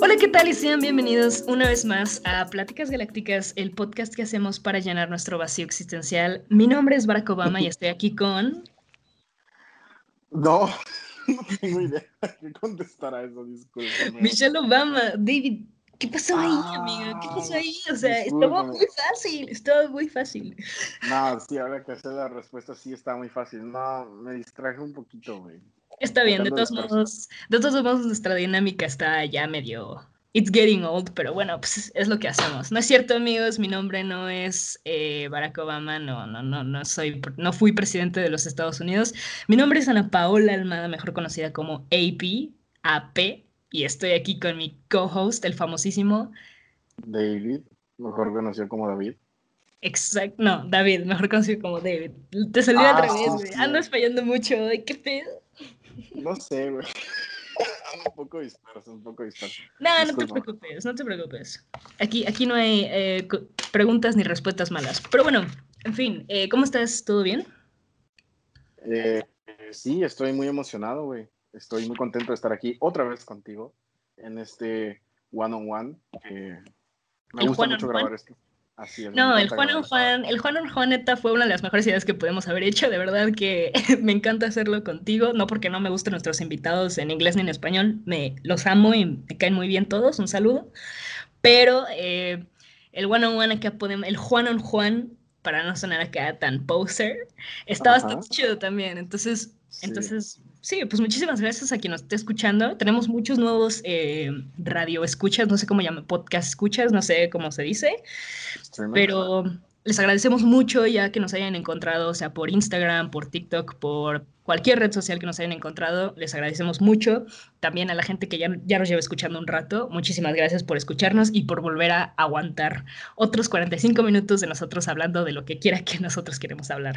Hola, ¿qué tal? Y sean bienvenidos una vez más a Pláticas Galácticas, el podcast que hacemos para llenar nuestro vacío existencial. Mi nombre es Barack Obama y estoy aquí con... No, no tengo idea qué contestar a eso, discúlpame. Michelle Obama. David, ¿qué pasó ahí, amigo? ¿Qué pasó ahí? O sea, estaba Discúlpame. muy fácil. No, sí, ahora que sé la respuesta sí está muy fácil. No, me distraje un poquito, güey. Está Como bien, que de ando todos disperso. modos, nuestra dinámica está ya medio... It's getting old, pero bueno, pues es lo que hacemos. No es cierto, amigos, mi nombre no es Barack Obama, no fui presidente de los Estados Unidos. Mi nombre es Ana Paola Almada, mejor conocida como AP, y estoy aquí con mi co-host, el famosísimo, David, mejor conocido como David. David, mejor conocido como David. Te salió al revés, Sí, güey. sí. Andas fallando mucho, ay, qué pedo. No sé, güey. Ando un poco disperso. No, no te Discúlpame. preocupes, no te preocupes. Aquí no hay preguntas ni respuestas malas. Pero bueno, en fin, ¿cómo estás? ¿Todo bien? Sí, estoy muy emocionado, güey. Estoy muy contento de estar aquí otra vez contigo en este one-on-one. Me El gusta Juan mucho on Juan. grabar esto. Así es, me No, encanta grabar esto. El Juan on Juan neta fue una de las mejores ideas que pudimos haber hecho. De verdad que me encanta hacerlo contigo. No porque no me gusten nuestros invitados en inglés ni en español. Los amo y me caen muy bien todos. Un saludo. Pero el one on one acá podemos, el Juan on Juan, para no sonar acá tan poser, está Ajá, bastante chido también. sí. Sí, pues muchísimas gracias a quien nos esté escuchando. Tenemos muchos nuevos radio escuchas, no sé cómo llama, podcast escuchas, no sé cómo se dice, Streamers. pero les agradecemos mucho ya que nos hayan encontrado, o sea, por Instagram, por TikTok, por cualquier red social que nos hayan encontrado. Les agradecemos mucho. También a la gente que ya nos lleva escuchando un rato. Muchísimas gracias por escucharnos y por volver a aguantar otros 45 minutos de nosotros hablando de lo que quiera que nosotros queremos hablar.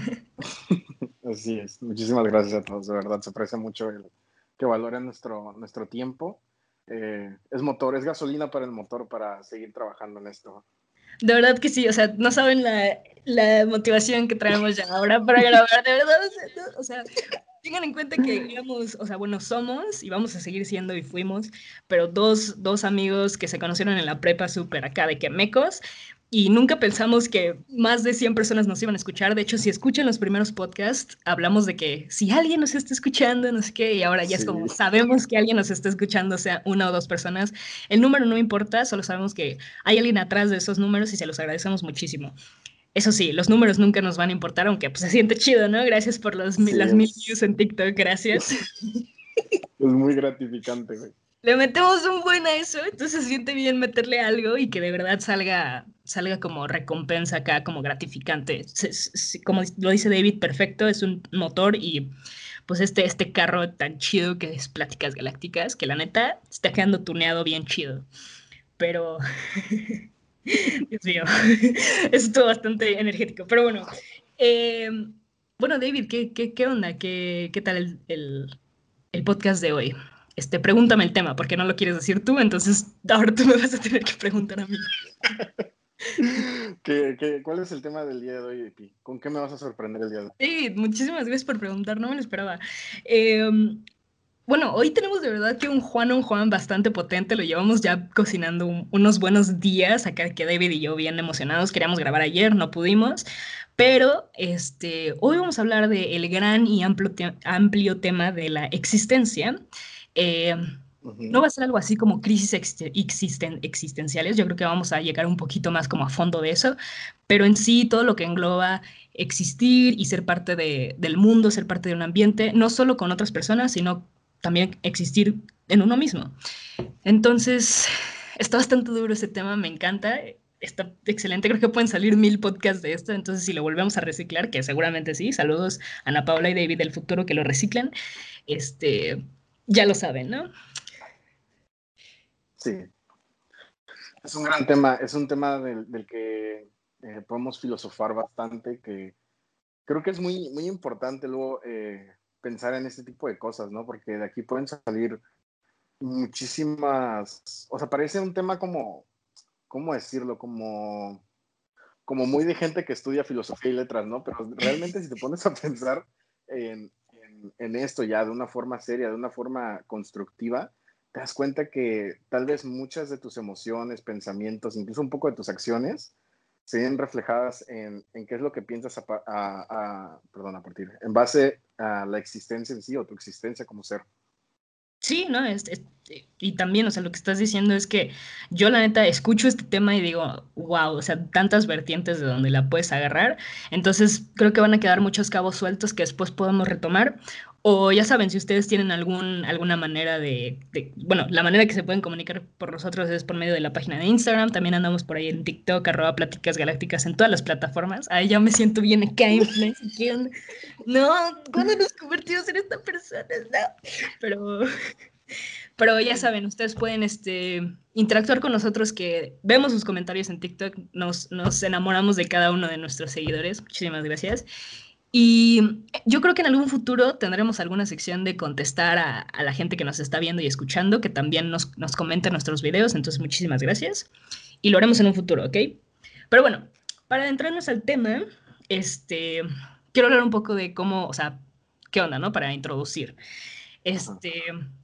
Así es. Muchísimas gracias a todos. De verdad, se aprecia mucho el que valoren nuestro tiempo. Es motor, es gasolina para el motor para seguir trabajando en esto. De verdad que sí, o sea, no saben la motivación que traemos ya ahora para grabar, de verdad, o sea, tengan en cuenta que éramos, o sea, bueno, somos y vamos a seguir siendo y fuimos, pero dos amigos que se conocieron en la prepa súper acá de que mecos y nunca pensamos que más de 100 personas nos iban a escuchar. De hecho, si escuchan los primeros podcasts, hablamos de que si alguien nos está escuchando, no sé qué, y ahora ya es Sí, como, sabemos que alguien nos está escuchando, sea una o dos personas. El número no importa, solo sabemos que hay alguien atrás de esos números y se los agradecemos muchísimo. Eso sí, los números nunca nos van a importar, aunque pues se siente chido, ¿no? Gracias por sí, las 1000 views en TikTok, gracias. es muy gratificante, güey. Le metemos un buen a eso, entonces se siente bien meterle algo y que de verdad salga como recompensa acá, como gratificante. Como lo dice David, perfecto, es un motor y pues este carro tan chido que es Pláticas Galácticas, que la neta está quedando tuneado bien chido. Pero Dios mío, eso estuvo bastante energético. Pero bueno, eh, bueno, David, ¿qué onda? ¿Qué tal el podcast de hoy? Pregúntame el tema, porque no lo quieres decir tú, entonces ahora tú me vas a tener que preguntar a mí. ¿Cuál es el tema del día de hoy, Pi? ¿Con qué me vas a sorprender el día de hoy? David, muchísimas gracias por preguntar, no me lo esperaba. Eh, Bueno, hoy tenemos de verdad que un Juan bastante potente, lo llevamos ya cocinando unos buenos días, acá que David y yo bien emocionados, queríamos grabar ayer, no pudimos, pero hoy vamos a hablar del gran y amplio tema de la existencia. Eh, no Ujú. va a ser algo así como crisis existenciales, yo creo que vamos a llegar un poquito más como a fondo de eso, pero en sí todo lo que engloba existir y ser parte del mundo, ser parte de un ambiente, no solo con otras personas, sino también existir en uno mismo. Entonces, está bastante duro ese tema, me encanta, está excelente, creo que pueden salir 1000 podcasts de esto, entonces si lo volvemos a reciclar, que seguramente sí, saludos a Ana Paula y David del futuro que lo reciclan, ya lo saben, ¿no? Sí, es un gran tema, es un tema del que podemos filosofar bastante, que creo que es muy, muy importante luego pensar en este tipo de cosas, ¿no? Porque de aquí pueden salir muchísimas, o sea, parece un tema como, ¿cómo decirlo? Como muy de gente que estudia filosofía y letras, ¿no? Pero realmente si te pones a pensar en esto ya de una forma seria, de una forma constructiva, te das cuenta que tal vez muchas de tus emociones, pensamientos, incluso un poco de tus acciones, se ven reflejadas en qué es lo que piensas perdón, a partir, en base a la existencia en sí o tu existencia como ser. Sí, ¿no? Y también, o sea, lo que estás diciendo es que yo la neta escucho este tema y digo, wow, o sea, tantas vertientes de donde la puedes agarrar. Entonces, creo que van a quedar muchos cabos sueltos que después podemos retomar. O ya saben, si ustedes tienen alguna manera bueno, la manera que se pueden comunicar por nosotros es por medio de la página de Instagram. También andamos por ahí en TikTok, @Pláticas Galácticas en todas las plataformas. Ahí ya me siento bien acá, influencer. ¿Qué onda? No, ¿cuándo nos convertimos en esta persona? No. Pero pero ya saben, ustedes pueden interactuar con nosotros, que vemos sus comentarios en TikTok, nos enamoramos de cada uno de nuestros seguidores. Muchísimas gracias. Y yo creo que en algún futuro tendremos alguna sección de contestar a la gente que nos está viendo y escuchando, que también nos comenta nuestros videos. Entonces, muchísimas gracias. Y lo haremos en un futuro, ¿ok? Pero bueno, para adentrarnos al tema, este, quiero hablar un poco de cómo, o sea, qué onda, ¿no? Para introducir. Ajá. Este,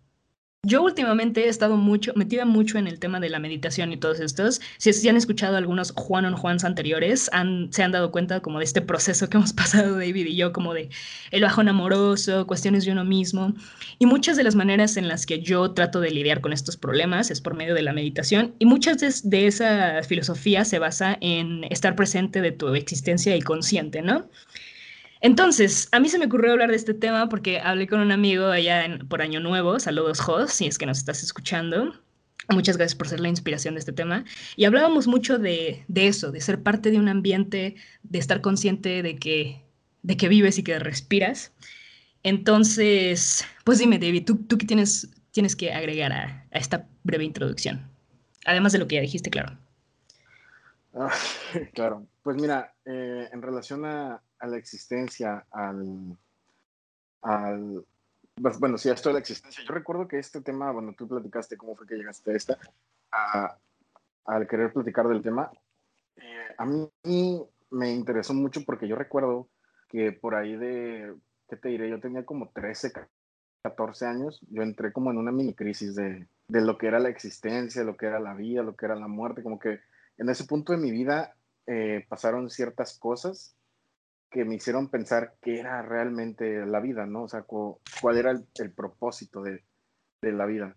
yo últimamente he estado metida mucho en el tema de la meditación y todos estos. Si han escuchado algunos Juan on Juans anteriores, se han dado cuenta como de este proceso que hemos pasado David y yo, como de el bajón amoroso, cuestiones de uno mismo. Y muchas de las maneras en las que yo trato de lidiar con estos problemas es por medio de la meditación. Y muchas de esa filosofía se basa en estar presente de tu existencia y consciente, ¿no? Entonces, a mí se me ocurrió hablar de este tema porque hablé con un amigo allá por Año Nuevo. Saludos, Jos, si es que nos estás escuchando. Muchas gracias por ser la inspiración de este tema. Y hablábamos mucho de eso, de ser parte de un ambiente, de estar consciente de que vives y que respiras. Entonces, pues dime, David, ¿tú qué tienes que agregar a esta breve introducción? Además de lo que ya dijiste, claro. Ah, claro, pues mira, en relación a la existencia, al, pues, bueno, sí, a esto de la existencia, yo recuerdo que este tema, bueno, tú platicaste cómo fue que llegaste a a- al querer platicar del tema, a mí me interesó mucho porque yo recuerdo que por ahí ¿qué te diré? Yo tenía como 13, 14 años, yo entré como en una mini crisis de lo que era la existencia, lo que era la vida, lo que era la muerte, como que en ese punto de mi vida pasaron ciertas cosas que me hicieron pensar qué era realmente la vida, ¿no? O sea, cuál era el propósito de la vida.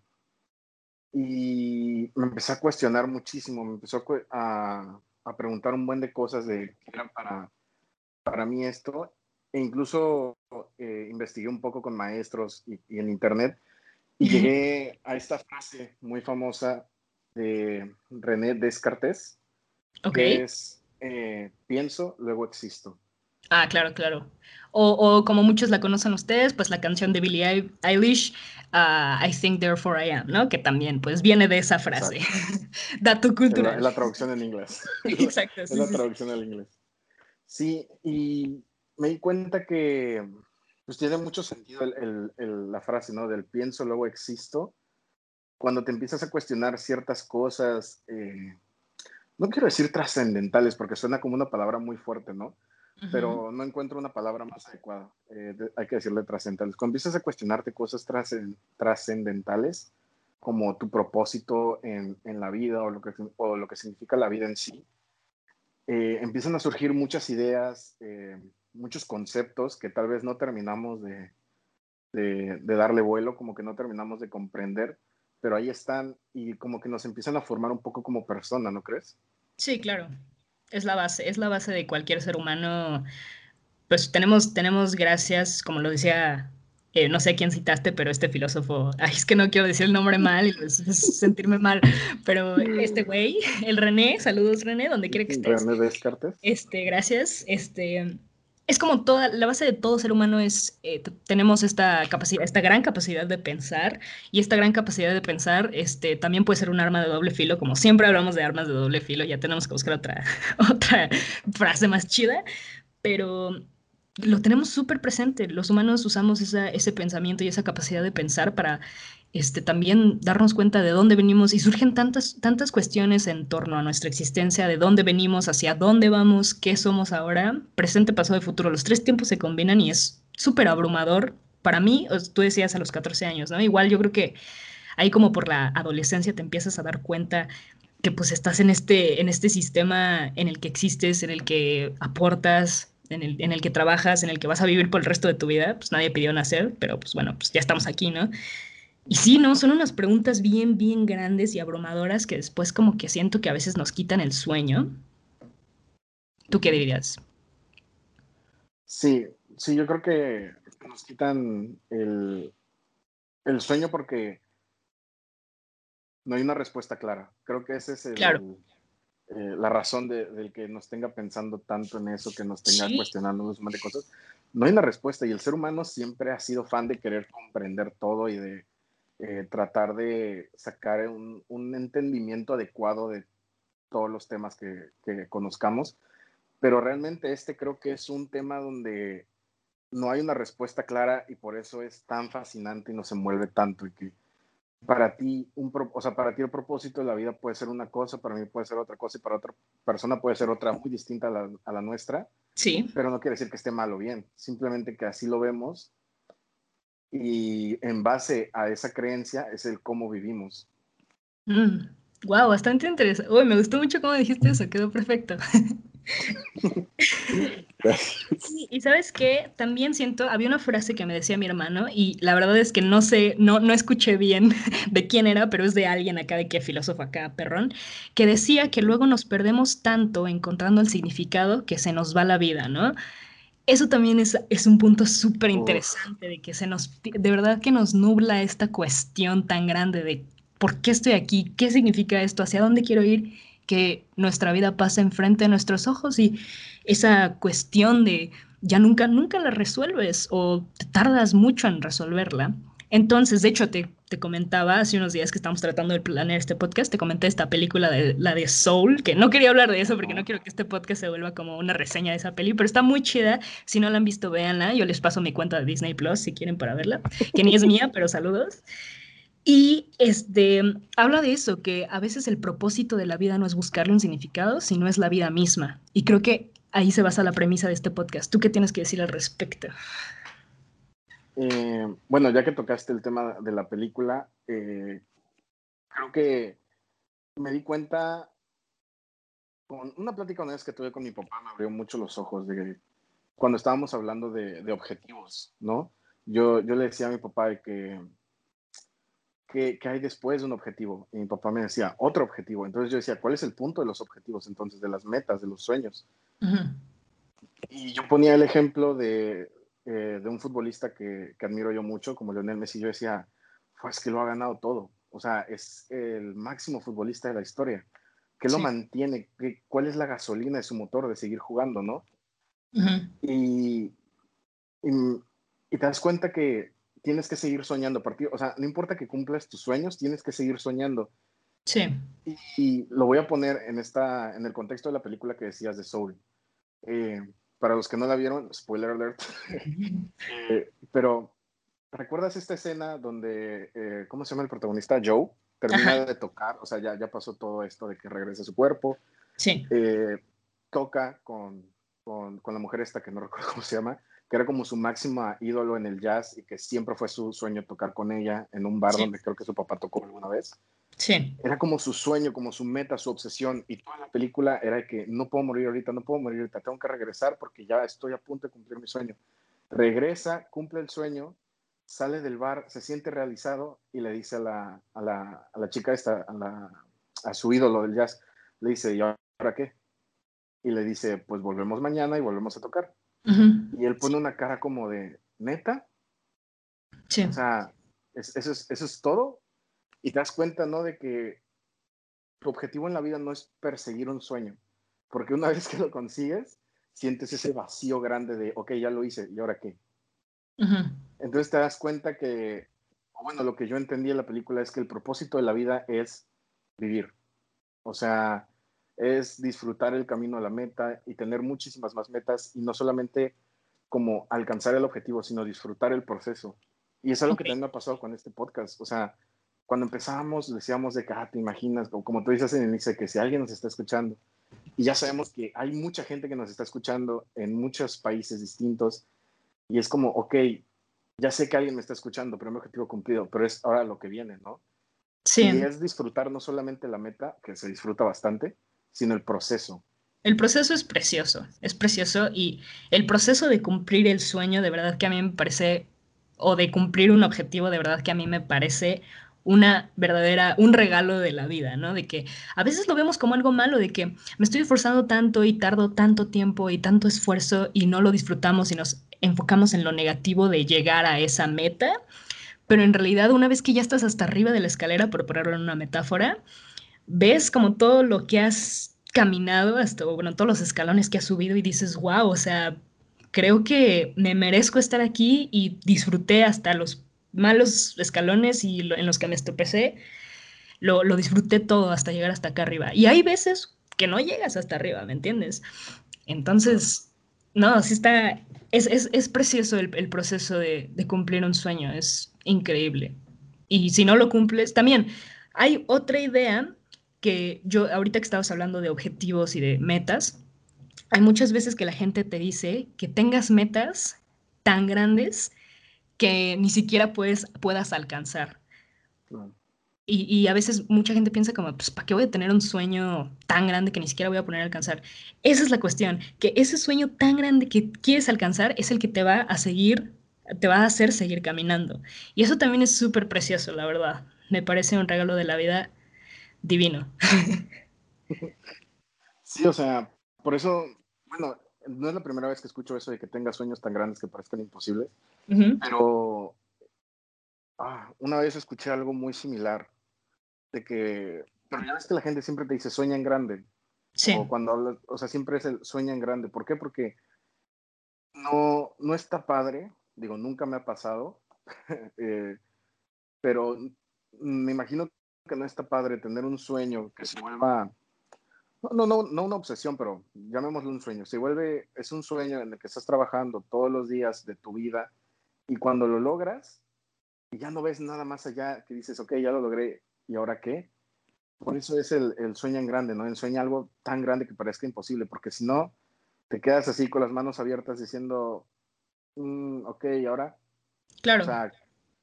Y me empecé a cuestionar muchísimo, me empezó a preguntar un buen de cosas de qué era para mí esto, e incluso investigué un poco con maestros y en internet, y llegué a esta frase muy famosa de René Descartes, Ok. que es, pienso, luego existo. Ah, claro, claro. O como muchos la conocen ustedes, pues la canción de Billie Eilish, I Think Therefore I Am, ¿no? Que también, pues, viene de esa frase. Exacto. Dato Es cultural. la traducción en inglés. Exacto, Es sí, la sí, sí. traducción al inglés. Sí, y me di cuenta que pues tiene mucho sentido la frase, ¿no? Del pienso, luego existo. Cuando te empiezas a cuestionar ciertas cosas, no quiero decir trascendentales porque suena como una palabra muy fuerte, ¿no? Ujú. Pero no encuentro una palabra más adecuada. Hay que decirle trascendentales. Cuando empiezas a cuestionarte cosas trascendentales, como tu propósito en la vida o lo que significa la vida en sí, empiezan a surgir muchas ideas, muchos conceptos que tal vez no terminamos de darle vuelo, como que no terminamos de comprender, pero ahí están y como que nos empiezan a formar un poco como persona, ¿no crees? Sí, claro. Es la base de cualquier ser humano. Pues tenemos gracias, como lo decía, no sé a quién citaste, pero este filósofo, ay, es que no quiero decir el nombre mal y pues, sentirme mal, pero este güey, el René, saludos René, donde quiera que estés. René Descartes. Gracias. Es como toda, la base de todo ser humano es, tenemos esta capacidad, esta gran capacidad de pensar, y esta gran capacidad de pensar, también puede ser un arma de doble filo, como siempre hablamos de armas de doble filo, ya tenemos que buscar otra, otra frase más chida, pero lo tenemos súper presente. Los humanos usamos ese pensamiento y esa capacidad de pensar para también darnos cuenta de dónde venimos, y surgen tantas cuestiones en torno a nuestra existencia, de dónde venimos, hacia dónde vamos, qué somos ahora, presente, pasado y futuro. Los tres tiempos se combinan y es súper abrumador. Para mí, tú decías a los 14 años, ¿no? Igual yo creo que ahí como por la adolescencia te empiezas a dar cuenta que pues estás en este sistema en el que existes, en el que aportas, en el que trabajas, en el que vas a vivir por el resto de tu vida. Pues nadie pidió nacer, pero pues bueno, pues ya estamos aquí, ¿no? Y sí, ¿no? Son unas preguntas bien, bien grandes y abrumadoras que después como que siento que a veces nos quitan el sueño. ¿Tú qué Ujú. dirías? Sí, sí, yo creo que nos quitan el sueño porque no hay una respuesta clara. Creo que ese es Claro. la razón del que nos tenga pensando tanto en eso, que nos tenga Sí, cuestionando un montón de cosas. No hay una respuesta y el ser humano siempre ha sido fan de querer comprender todo y de tratar de sacar un entendimiento adecuado de todos los temas que conozcamos, pero realmente este creo que es un tema donde no hay una respuesta clara y por eso es tan fascinante y nos envuelve tanto y que para ti, o sea, para ti el propósito de la vida puede ser una cosa, para mí puede ser otra cosa y para otra persona puede ser otra muy distinta a la nuestra, sí. pero no quiere decir que esté mal o bien, simplemente que así lo vemos y en base a esa creencia es el cómo vivimos. Wow, bastante interesante. Uy, me gustó mucho cómo dijiste eso, quedó perfecto. Y sabes qué, también siento, había una frase que me decía mi hermano y la verdad es que no sé, no escuché bien de quién era, pero es de alguien acá, de qué filósofo acá, perrón, que decía que luego nos perdemos tanto encontrando el significado que se nos va la vida, ¿no? Eso también es un punto súper Uf, interesante de que de verdad que nos nubla esta cuestión tan grande de por qué estoy aquí, qué significa esto, hacia dónde quiero ir, que nuestra vida pasa enfrente de nuestros ojos y esa cuestión de ya nunca la resuelves o te tardas mucho en resolverla. Entonces, de hecho, te comentaba hace unos días que estamos tratando de planear este podcast, te comenté esta película de la de Soul, que no quería hablar de eso porque no ajá. quiero que este podcast se vuelva como una reseña de esa peli, pero está muy chida. Si no la han visto, véanla. Yo les paso mi cuenta de Disney Plus si quieren para verla, que ni es mía, pero saludos. Y habla de eso, que a veces el propósito de la vida no es buscarle un significado, sino es la vida misma. Y creo que ahí se basa la premisa de este podcast. ¿Tú qué tienes que decir al respecto? Bueno, ya que tocaste el tema de la película, creo que me di cuenta con una plática una vez que tuve con mi papá, me abrió mucho los ojos de cuando estábamos hablando de objetivos, ¿no? Yo le decía a mi papá de que hay después de un objetivo y mi papá me decía otro objetivo. Entonces yo decía, ¿cuál es el punto de los objetivos entonces, de las metas, de los sueños? Ujú. Y yo ponía el ejemplo de un futbolista que admiro yo mucho, como Lionel Messi. Yo decía, pues que lo ha ganado todo. O sea, es el máximo futbolista de la historia. ¿Qué lo Sí. mantiene? ¿Cuál es la gasolina de su motor de seguir jugando, no? Ujú. Y, y, y te das cuenta que tienes que seguir soñando a partir, o sea, no importa que cumplas tus sueños, tienes que seguir soñando. Sí. Y lo voy a poner en el contexto de la película que decías de Soul. Eh, para los que no la vieron, spoiler alert, pero ¿recuerdas esta escena donde, ¿cómo se llama el protagonista? Joe Ajá. termina de tocar, o sea, ya pasó todo esto de que regresa a su cuerpo, Sí. eh, toca con la mujer esta que no recuerdo cómo se llama, que era como su máxima ídolo en el jazz y que siempre fue su sueño tocar con ella en un bar Sí. donde creo que su papá tocó alguna vez. Sí. Era como su sueño, como su meta, su obsesión, y toda la película era de que no puedo morir ahorita, no puedo morir ahorita, tengo que regresar porque ya estoy a punto de cumplir mi sueño. Regresa, cumple el sueño, sale del bar, se siente realizado y le dice a la chica esta, a su ídolo del jazz, le dice, ¿y ahora qué? Y le dice, pues volvemos mañana y volvemos a tocar. Ujú. Y él pone una cara como de, ¿neta? Sí. O sea, eso es todo. Y te das cuenta, ¿no? De que tu objetivo en la vida no es perseguir un sueño, porque una vez que lo consigues, sientes ese vacío grande de, ok, ya lo hice, ¿y ahora qué? Ujú. Entonces te das cuenta que, o bueno, lo que yo entendí en la película es que el propósito de la vida es vivir. O sea, es disfrutar el camino a la meta y tener muchísimas más metas y no solamente como alcanzar el objetivo, sino disfrutar el proceso. Y es algo Ok. que también me ha pasado con este podcast. O sea, cuando empezábamos decíamos de que, te imaginas, como tú dices en el inicio, que si alguien nos está escuchando, y ya sabemos que hay mucha gente que nos está escuchando en muchos países distintos, y es como, ok, ya sé que alguien me está escuchando, pero mi objetivo cumplido, pero es ahora lo que viene, ¿no? Y Sí. es disfrutar no solamente la meta, que se disfruta bastante, sino el proceso. El proceso es precioso y el proceso de cumplir el sueño de verdad que a mí me parece, o de cumplir un objetivo de verdad que a mí me parece un regalo de la vida, ¿no? De que a veces lo vemos como algo malo, de que me estoy esforzando tanto y tardo tanto tiempo y tanto esfuerzo y no lo disfrutamos y nos enfocamos en lo negativo de llegar a esa meta, pero en realidad una vez que ya estás hasta arriba de la escalera, por ponerlo en una metáfora, ves como todo lo que has caminado, hasta, bueno, todos los escalones que has subido y dices, wow, o sea, creo que me merezco estar aquí y disfruté hasta los malos escalones y en los que me estropecé, lo disfruté todo hasta llegar hasta acá arriba. Y hay veces que no llegas hasta arriba, ¿me entiendes? Claro. Entonces, no, sí está, es precioso el proceso de cumplir un sueño, es increíble. Y si no lo cumples, también hay otra idea que yo, ahorita que estabas hablando de objetivos y de metas, hay muchas veces que la gente te dice que tengas metas tan grandes que ni siquiera puedas alcanzar. Claro. Y a veces mucha gente piensa como, pues, ¿para qué voy a tener un sueño tan grande que ni siquiera voy a poner a alcanzar? Esa es la cuestión, que ese sueño tan grande que quieres alcanzar es el que te va a hacer seguir caminando. Y eso también es súper precioso, la verdad. Me parece un regalo de la vida divino. Sí, o sea, por eso, bueno, no es la primera vez que escucho eso de que tengas sueños tan grandes que parezcan imposibles, Ujú. pero una vez escuché algo muy similar, de que, pero ya ves que la gente siempre te dice sueña en grande, o Sí, cuando hablas, o sea, siempre es el sueña en grande. ¿Por qué? Porque no está padre, digo, nunca me ha pasado, eh, pero me imagino que no está padre tener un sueño que se vuelva, no una obsesión, pero llamémoslo un sueño. Es un sueño en el que estás trabajando todos los días de tu vida y cuando lo logras y ya no ves nada más allá, que dices, ok, ya lo logré, ¿y ahora qué? Por eso es el sueño en grande, ¿no? El sueño algo tan grande que parezca imposible, porque si no, te quedas así con las manos abiertas diciendo, ok, ¿y ahora? O claro. sea,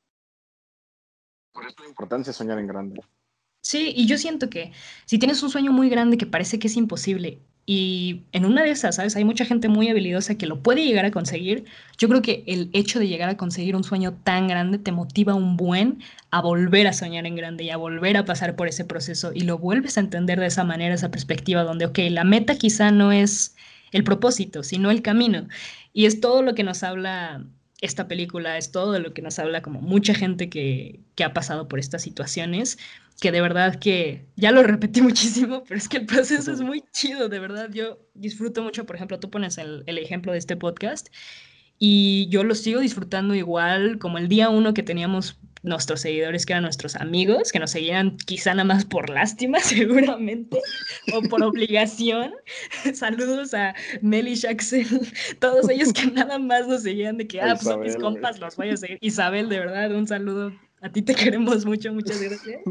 por eso la importancia de soñar en grande. Sí, y yo siento que si tienes un sueño muy grande que parece que es imposible y en una de esas, ¿sabes? Hay mucha gente muy habilidosa que lo puede llegar a conseguir. Yo creo que el hecho de llegar a conseguir un sueño tan grande te motiva un buen a volver a soñar en grande y a volver a pasar por ese proceso y lo vuelves a entender de esa manera, esa perspectiva donde, ok, la meta quizá no es el propósito, sino el camino. Y es todo lo que nos habla esta película, es todo de lo que nos habla como mucha gente que ha pasado por estas situaciones que de verdad que ya lo repetí muchísimo, pero es que el proceso es muy chido, de verdad. Yo disfruto mucho, por ejemplo, tú pones el ejemplo de este podcast y yo lo sigo disfrutando igual como el día uno que teníamos nuestros seguidores, que eran nuestros amigos, que nos seguían quizá nada más por lástima, seguramente, o por obligación. Saludos a Meli, Shaxel, todos ellos que nada más nos seguían de que, A pues son mis Isabel, güey. compas, los voy a seguir. Isabel, de verdad, un saludo. A ti te queremos mucho, muchas gracias.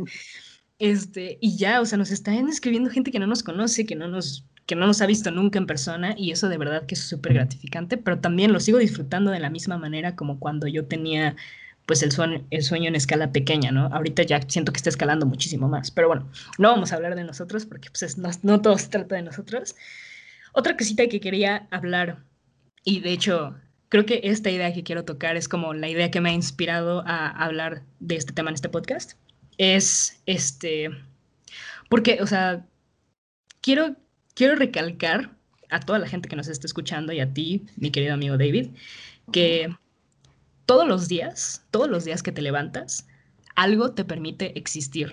Y ya, o sea, nos están escribiendo gente que no nos conoce, que no nos ha visto nunca en persona, y eso de verdad que es súper gratificante, pero también lo sigo disfrutando de la misma manera como cuando yo tenía, pues, el sueño en escala pequeña, ¿no? Ahorita ya siento que está escalando muchísimo más, pero bueno, no vamos a hablar de nosotros porque, pues, no todo se trata de nosotros. Otra cosita que quería hablar, y de hecho, creo que esta idea que quiero tocar es como la idea que me ha inspirado a hablar de este tema en este podcast, es porque, o sea, quiero, quiero recalcar a toda la gente que nos está escuchando y a ti, mi querido amigo David, Ujú. que todos los días que te levantas, algo te permite existir.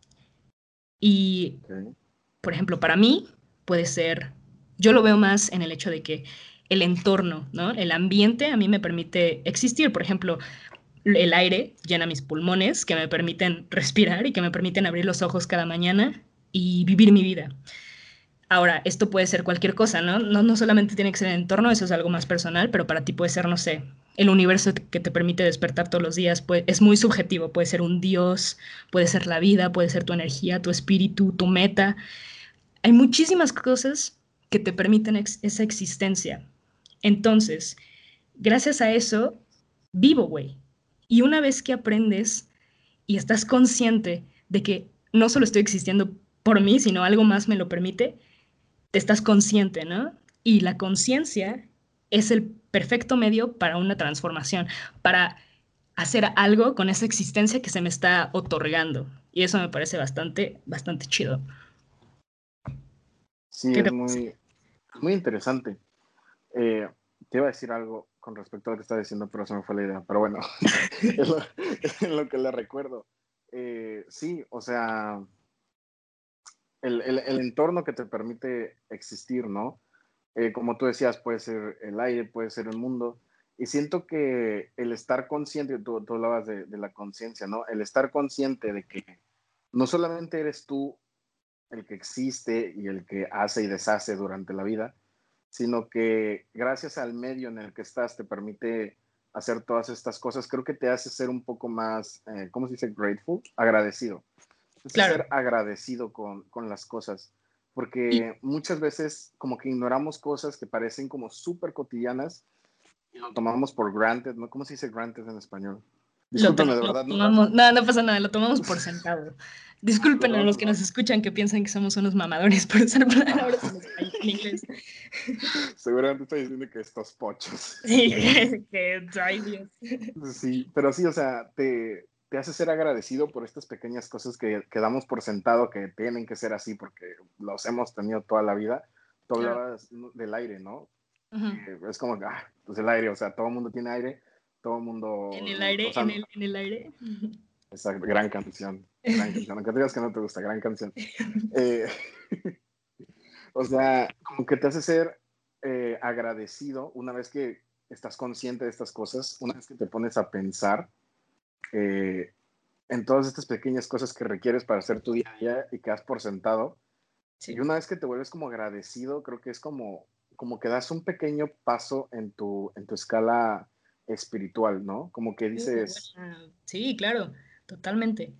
Y, Ok. por ejemplo, para mí puede ser, yo lo veo más en el hecho de que el entorno, ¿no? El ambiente a mí me permite existir. Por ejemplo, el aire llena mis pulmones, que me permiten respirar y que me permiten abrir los ojos cada mañana y vivir mi vida. Ahora, esto puede ser cualquier cosa, ¿no? No solamente tiene que ser el entorno, eso es algo más personal, pero para ti puede ser, no sé, el universo que te permite despertar todos los días, pues, es muy subjetivo, puede ser un dios, puede ser la vida, puede ser tu energía, tu espíritu, tu meta. Hay muchísimas cosas que te permiten esa existencia. Entonces, gracias a eso, vivo, güey. Y una vez que aprendes y estás consciente de que no solo estoy existiendo por mí, sino algo más me lo permite, te estás consciente, ¿no? Y la conciencia es el perfecto medio para una transformación, para hacer algo con esa existencia que se me está otorgando. Y eso me parece bastante, bastante chido. Sí, ¿Qué es te parece? muy interesante. Eh, Te iba a decir algo con respecto a lo que estaba diciendo, pero se me fue la idea. Pero bueno, es lo, es lo que le recuerdo. Sí, o sea, el entorno que te permite existir, ¿no? Como tú decías, puede ser el aire, puede ser el mundo. Y siento que el estar consciente, tú hablabas de la conciencia, ¿no? El estar consciente de que no solamente eres tú el que existe y el que hace y deshace durante la vida, sino que gracias al medio en el que estás te permite hacer todas estas cosas, creo que te hace ser un poco más, ¿cómo se dice? Grateful, agradecido. Es Claro. ser agradecido con las cosas, Y porque muchas veces como que ignoramos cosas que parecen como súper cotidianas y lo tomamos por granted, ¿no? ¿Cómo se dice granted en español? Discúlpeme, de lo verdad, no, tomamos, nada, no pasa nada, lo tomamos por sentado. lo Disculpen a tomamos los por que nos escuchan que piensan que somos unos mamadores por usar palabras en, en inglés. seguramente estoy diciendo que estos pochos. Sí, que, ay Dios. Sí, pero sí, o sea, te hace ser agradecido por estas pequeñas cosas que damos por sentado que tienen que ser así porque los hemos tenido toda la vida. Tú Claro. hablabas del aire, ¿no? Ujú. Es como, pues el aire, o sea, todo el mundo tiene aire, todo el mundo, En el o aire, sea, en el aire. esa gran canción, aunque te digas que no te gusta, gran canción. Eh, o sea, como que te hace ser agradecido una vez que estás consciente de estas cosas, una vez que te pones a pensar eh, en todas estas pequeñas cosas que requieres para hacer tu día a día y que has por sentado. Y Sí. una vez que te vuelves como agradecido, creo que es como que das un pequeño paso en tu escala espiritual, ¿no? Como que dices, Sí, claro, totalmente.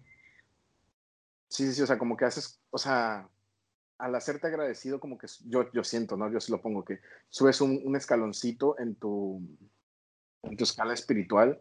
sí, sí, sí, o sea, como que haces, o sea, al hacerte agradecido, como que yo siento, ¿no? Yo sí lo pongo, que subes un escaloncito en tu escala espiritual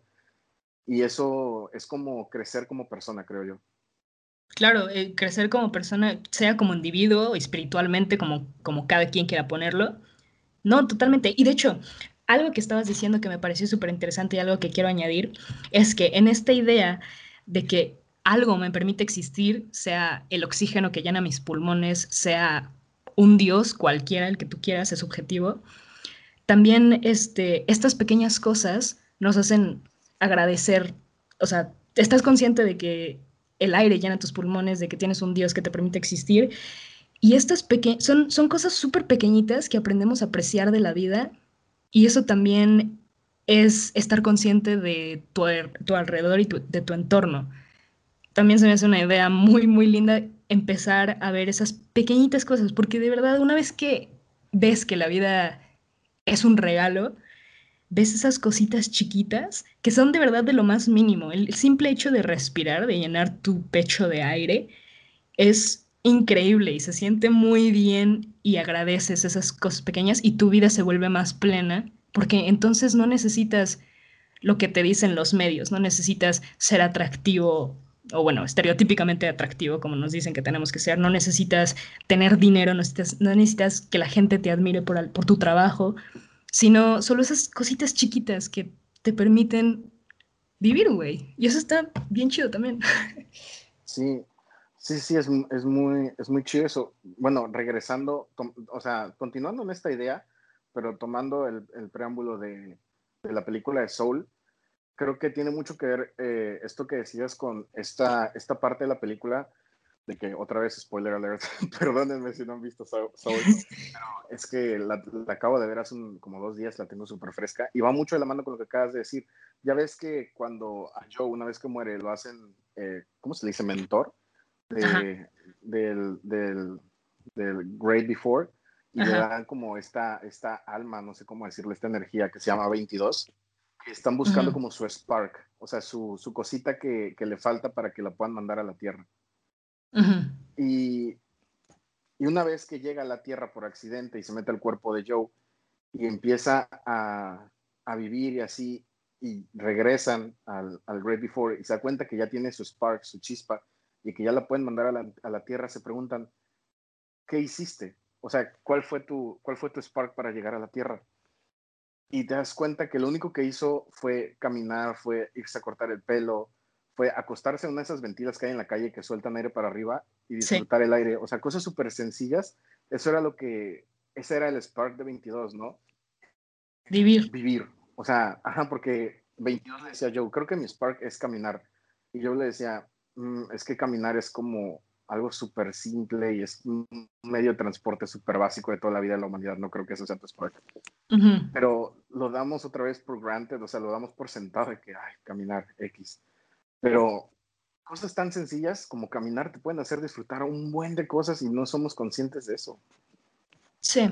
y eso es como crecer como persona, creo yo. Claro, crecer como persona, sea como individuo, espiritualmente, como, como cada quien quiera ponerlo. No, totalmente. Y de hecho, algo que estabas diciendo que me pareció súper interesante y algo que quiero añadir es que en esta idea de que algo me permite existir, sea el oxígeno que llena mis pulmones, sea un Dios cualquiera, el que tú quieras, es subjetivo, también estas pequeñas cosas nos hacen agradecer, o sea, estás consciente de que el aire llena tus pulmones, de que tienes un Dios que te permite existir, y estas son cosas súper pequeñitas que aprendemos a apreciar de la vida, y eso también es estar consciente de tu alrededor y de tu entorno. También se me hace una idea muy, muy linda empezar a ver esas pequeñitas cosas, porque de verdad, una vez que ves que la vida es un regalo, ves esas cositas chiquitas que son de verdad de lo más mínimo. El simple hecho de respirar, de llenar tu pecho de aire, es increíble y se siente muy bien y agradeces esas cosas pequeñas y tu vida se vuelve más plena, porque entonces no necesitas lo que te dicen los medios, no necesitas ser atractivo o bueno, estereotípicamente atractivo, como nos dicen que tenemos que ser, no necesitas tener dinero, no necesitas que la gente te admire por tu trabajo, sino solo esas cositas chiquitas que te permiten vivir, güey. Y eso está bien chido también. Sí, sí, sí, es muy chido eso. Bueno, regresando, o sea, continuando en esta idea, pero tomando el preámbulo de la película de Soul, creo que tiene mucho que ver esto que decías con esta parte de la película, de que otra vez, spoiler alert, perdónenme si no han visto Soul, es que la acabo de ver hace como 2 días, la tengo súper fresca, y va mucho de la mano con lo que acabas de decir. Ya ves que cuando a Joe, una vez que muere, lo hacen, ¿cómo se le dice? Mentor Ajá, de, del Great Before, y le ajá. dan como esta alma, no sé cómo decirlo, esta energía que se llama 22, que están buscando Ujú, como su spark, o sea, su cosita que le falta para que la puedan mandar a la Tierra. ujú, Y, y una vez que llega a la Tierra por accidente y se mete al cuerpo de Joe y empieza a vivir y así, y regresan al Great Before y se da cuenta que ya tiene su spark, su chispa, y que ya la pueden mandar a la Tierra, se preguntan, ¿qué hiciste? O sea, cuál fue tu spark para llegar a la Tierra? Y te das cuenta que lo único que hizo fue caminar, fue irse a cortar el pelo, fue acostarse en una de esas ventilas que hay en la calle que sueltan aire para arriba y Sí, disfrutar el aire. O sea, cosas súper sencillas. Eso era ese era el spark de 22, ¿no? vivir. Vivir. O sea, ajá, porque 22 le decía yo, creo que mi spark es caminar. Y yo le decía, es que caminar es como algo súper simple y es un medio de transporte súper básico de toda la vida de la humanidad. No creo que eso sea tu spark. Ujú. Pero lo damos otra vez por granted, o sea, lo damos por sentado de que, ay, caminar X. Pero cosas tan sencillas como caminar te pueden hacer disfrutar un buen de cosas y no somos conscientes de eso. Sí,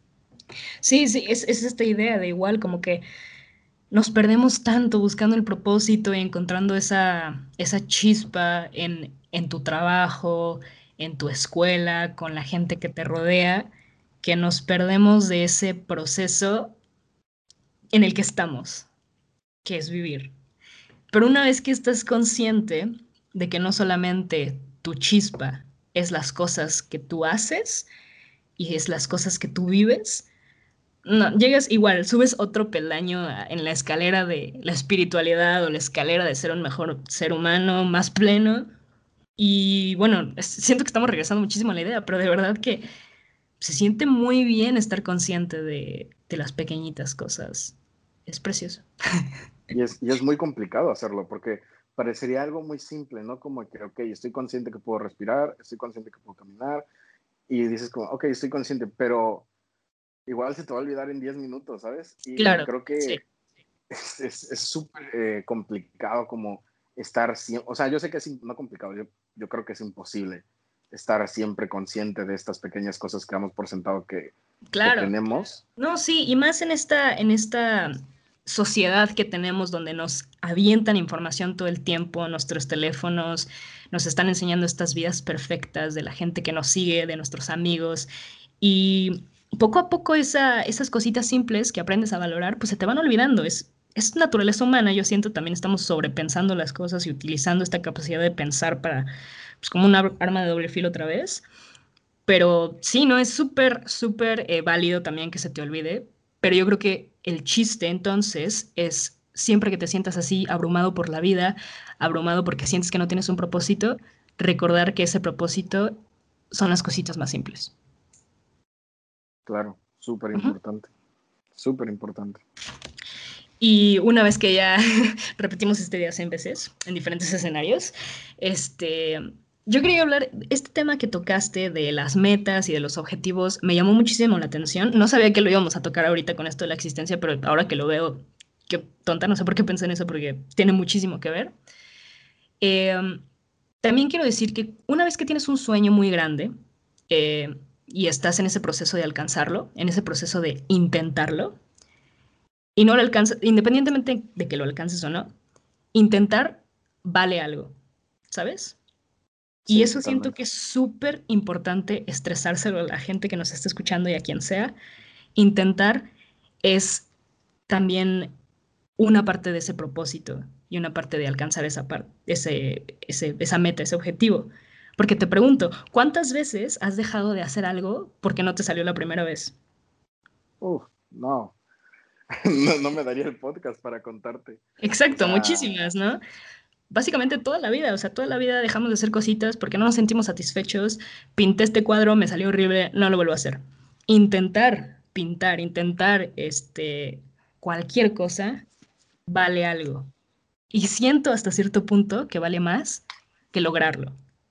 sí, sí, es esta idea de igual como que nos perdemos tanto buscando el propósito y encontrando esa chispa en tu trabajo, en tu escuela, con la gente que te rodea, que nos perdemos de ese proceso en el que estamos, que es vivir. Pero una vez que estás consciente de que no solamente tu chispa es las cosas que tú haces y es las cosas que tú vives, no, llegas igual, subes otro peldaño en la escalera de la espiritualidad o la escalera de ser un mejor ser humano, más pleno. Y bueno, siento que estamos regresando muchísimo a la idea, pero de verdad que se siente muy bien estar consciente de las pequeñitas cosas. Es precioso. Y es muy complicado hacerlo porque parecería algo muy simple, ¿no? Como que, ok, estoy consciente que puedo respirar, estoy consciente que puedo caminar y dices como, ok, estoy consciente, pero igual se te va a olvidar en 10 minutos, ¿sabes? Y Claro, creo sí. que es súper complicado como estar siempre, o sea, yo sé que es no complicado, yo creo que es imposible estar siempre consciente de estas pequeñas cosas que damos por sentado que Claro. tenemos. No, sí, y más en esta sociedad que tenemos donde nos avientan información todo el tiempo, nuestros teléfonos nos están enseñando estas vidas perfectas de la gente que nos sigue, de nuestros amigos, y poco a poco esas cositas simples que aprendes a valorar, pues se te van olvidando. Es naturaleza humana, yo siento también estamos sobrepensando las cosas y utilizando esta capacidad de pensar para, pues como un arma de doble filo otra vez. Pero sí, no es súper, súper válido también que se te olvide. Pero yo creo que el chiste entonces es siempre que te sientas así, abrumado por la vida, abrumado porque sientes que no tienes un propósito, recordar que ese propósito son las cositas más simples. Claro, súper Ujú. importante, súper importante. Y una vez que ya repetimos este día 100 veces en diferentes escenarios, yo quería hablar, este tema que tocaste de las metas y de los objetivos me llamó muchísimo la atención. No sabía que lo íbamos a tocar ahorita con esto de la existencia, pero ahora que lo veo, qué tonta, no sé por qué pensé en eso, porque tiene muchísimo que ver. Eh, También quiero decir que una vez que tienes un sueño muy grande y estás en ese proceso de alcanzarlo, en ese proceso de intentarlo, y no lo alcanzas, independientemente de que lo alcances o no, intentar vale algo, ¿sabes? Y Sí, eso siento totalmente. que es súper importante estresárselo a la gente que nos está escuchando y a quien sea. Intentar es también una parte de ese propósito y una parte de alcanzar esa meta, ese objetivo. Porque te pregunto, ¿cuántas veces has dejado de hacer algo porque no te salió la primera vez? No, no, no me daría el podcast para contarte. O Exacto, sea, muchísimas, ¿no? Básicamente toda la vida, o sea, toda la vida dejamos de hacer cositas porque no nos sentimos satisfechos. Pinté este cuadro, me salió horrible, no lo vuelvo a hacer. Intentar pintar, intentar cualquier cosa vale algo. Y siento hasta cierto punto que vale más que lograrlo.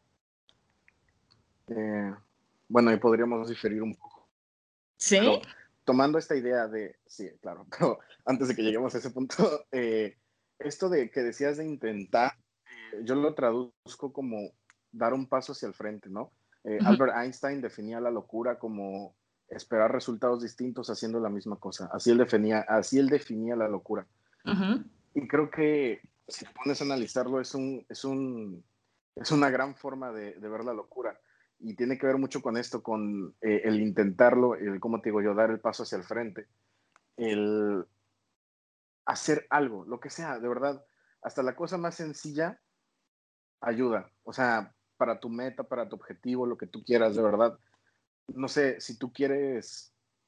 eh, bueno, ahí podríamos diferir un poco, ¿Sí? pero tomando esta idea de, sí, claro, pero antes de que lleguemos a ese punto, esto de que decías de intentar, yo lo traduzco como dar un paso hacia el frente, ¿no? Ujú, Albert Einstein definía la locura como esperar resultados distintos haciendo la misma cosa. Así él definía la locura. ujú. Y creo que si te pones a analizarlo, es una gran forma de ver la locura. Y tiene que ver mucho con esto, con el intentarlo, el, como te digo yo, dar el paso hacia el frente, el hacer algo, lo que sea, de verdad. Hasta la cosa más sencilla ayuda. O sea, para tu meta, para tu objetivo, lo que tú quieras, de verdad. No sé, si tú quieres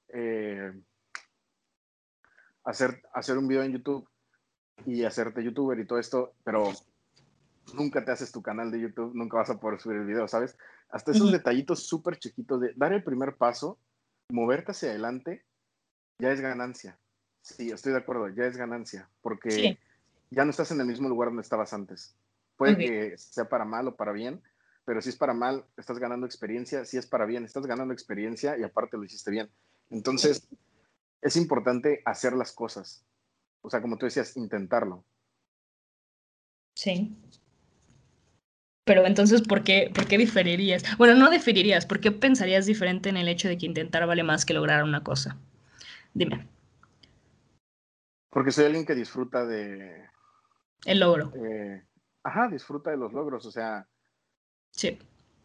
hacer un video en YouTube y hacerte youtuber y todo esto, pero nunca te haces tu canal de YouTube, nunca vas a poder subir el video, ¿sabes? Hasta esos detallitos súper chiquitos de dar el primer paso, moverte hacia adelante, ya es ganancia. Sí, estoy de acuerdo, ya es ganancia, porque Sí, ya no estás en el mismo lugar donde estabas antes. Puede ok. que sea para mal o para bien, pero si es para mal, estás ganando experiencia, si es para bien, estás ganando experiencia y aparte lo hiciste bien. Entonces, es importante hacer las cosas. O sea, como tú decías, intentarlo. Sí. Pero entonces, por qué diferirías? Bueno, no diferirías, ¿por qué pensarías diferente en el hecho de que intentar vale más que lograr una cosa? Dime, Porque soy alguien que disfruta el logro. eh, ajá, disfruta de los logros. O sea, Sí.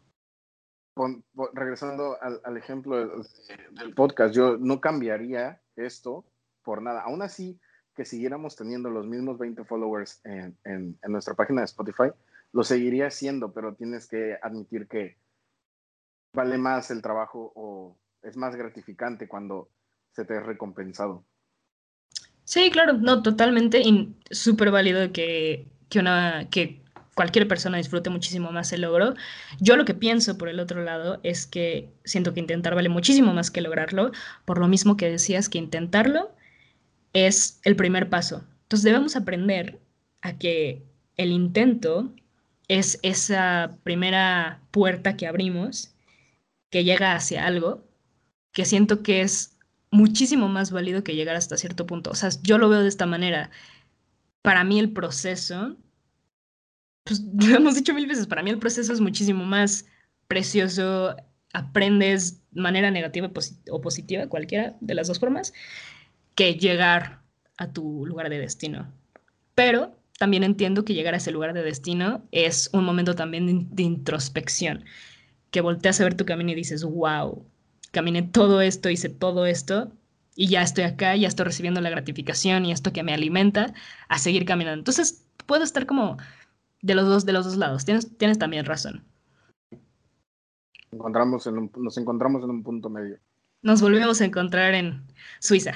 regresando al ejemplo del podcast, yo no cambiaría esto por nada. Aún así, que siguiéramos teniendo los mismos 20 followers en nuestra página de Spotify, lo seguiría haciendo, pero tienes que admitir que vale más el trabajo o es más gratificante cuando se te es recompensado. Sí, claro, no, totalmente, y súper válido que cualquier persona disfrute muchísimo más el logro. Yo lo que pienso por el otro lado es que siento que intentar vale muchísimo más que lograrlo, por lo mismo que decías que intentarlo es el primer paso. Entonces debemos aprender a que el intento es esa primera puerta que abrimos, que llega hacia algo, que siento que es muchísimo más válido que llegar hasta cierto punto. O sea, yo lo veo de esta manera. Para mí el proceso, pues lo hemos dicho mil veces, para mí el proceso es muchísimo más precioso, aprendes de manera negativa o positiva, cualquiera de las dos formas, que llegar a tu lugar de destino. Pero también entiendo que llegar a ese lugar de destino es un momento también de introspección, que volteas a ver tu camino y dices, wow, caminé todo esto, hice todo esto y ya estoy acá, ya estoy recibiendo la gratificación y esto que me alimenta a seguir caminando. Entonces, puedo estar como de los dos lados. Tienes también razón. Nos encontramos en un punto medio. Nos volvemos a encontrar en Suiza.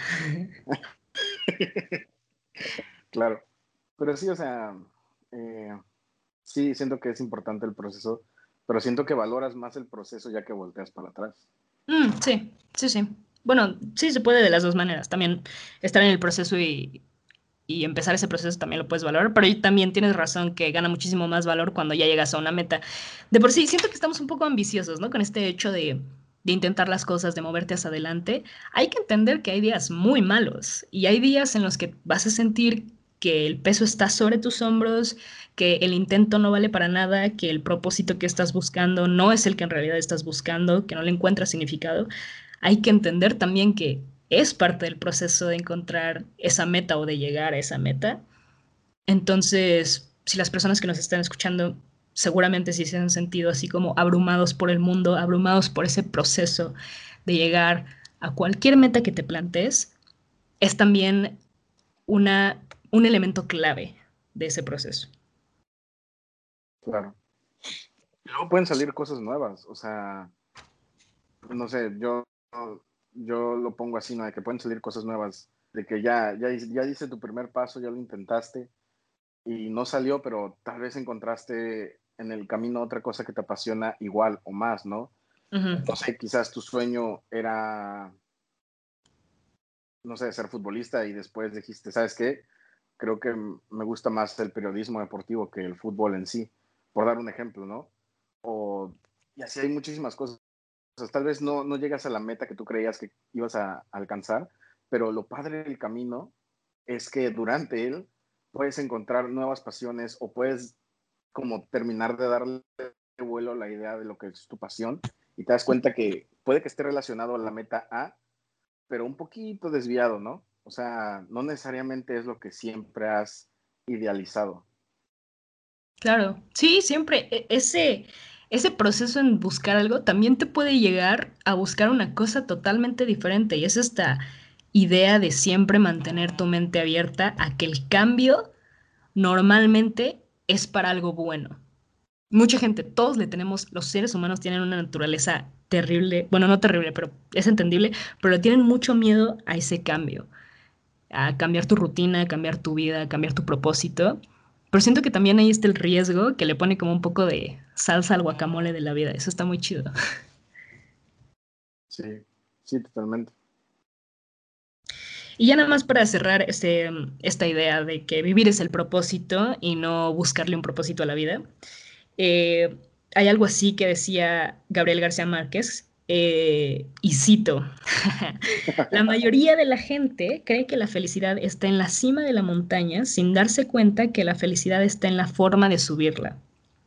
Claro. Pero sí, o sea, eh, sí, siento que es importante el proceso, pero siento que valoras más el proceso ya que volteas para atrás. Sí, sí, sí. Bueno, sí se puede de las dos maneras. También estar en el proceso y empezar ese proceso también lo puedes valorar, pero ahí también tienes razón que gana muchísimo más valor cuando ya llegas a una meta. De por sí, siento que estamos un poco ambiciosos, ¿no? Con este hecho de intentar las cosas, de moverte hacia adelante. Hay que entender que hay días muy malos y hay días en los que vas a sentir que el peso está sobre tus hombros, que el intento no vale para nada, que el propósito que estás buscando no es el que en realidad estás buscando, que no le encuentras significado. Hay que entender también que es parte del proceso de encontrar esa meta o de llegar a esa meta. Entonces, si las personas que nos están escuchando seguramente sí se han sentido así como abrumados por el mundo, abrumados por ese proceso de llegar a cualquier meta que te plantees, es también un elemento clave de ese proceso. Claro. Y luego pueden salir cosas nuevas, o sea, no sé, yo lo pongo así, ¿no? De que pueden salir cosas nuevas, de que ya diste tu primer paso, ya lo intentaste y no salió, pero tal vez encontraste en el camino otra cosa que te apasiona igual o más, ¿no? Ujú. No sé, quizás tu sueño era, no sé, ser futbolista y después dijiste, ¿sabes qué? Creo que me gusta más el periodismo deportivo que el fútbol en sí, por dar un ejemplo, ¿no? O, y así hay muchísimas cosas. O sea, tal vez no llegas a la meta que tú creías que ibas a alcanzar, pero lo padre del camino es que durante él puedes encontrar nuevas pasiones o puedes como terminar de darle vuelo a la idea de lo que es tu pasión y te das cuenta que puede que esté relacionado a la meta A, pero un poquito desviado, ¿no? O sea, no necesariamente es lo que siempre has idealizado. Claro, sí, siempre ese proceso en buscar algo también te puede llegar a buscar una cosa totalmente diferente y es esta idea de siempre mantener tu mente abierta a que el cambio normalmente es para algo bueno. Mucha gente, todos le tenemos, los seres humanos tienen una naturaleza terrible, bueno, no terrible, pero es entendible, pero tienen mucho miedo a ese cambio, a cambiar tu rutina, a cambiar tu vida, a cambiar tu propósito. Pero siento que también ahí está el riesgo que le pone como un poco de salsa al guacamole de la vida. Eso está muy chido. Sí, sí, totalmente. Y ya nada más para cerrar esta idea de que vivir es el propósito y no buscarle un propósito a la vida. eh, Hay algo así que decía Gabriel García Márquez, y cito, la mayoría de la gente cree que la felicidad está en la cima de la montaña sin darse cuenta que la felicidad está en la forma de subirla.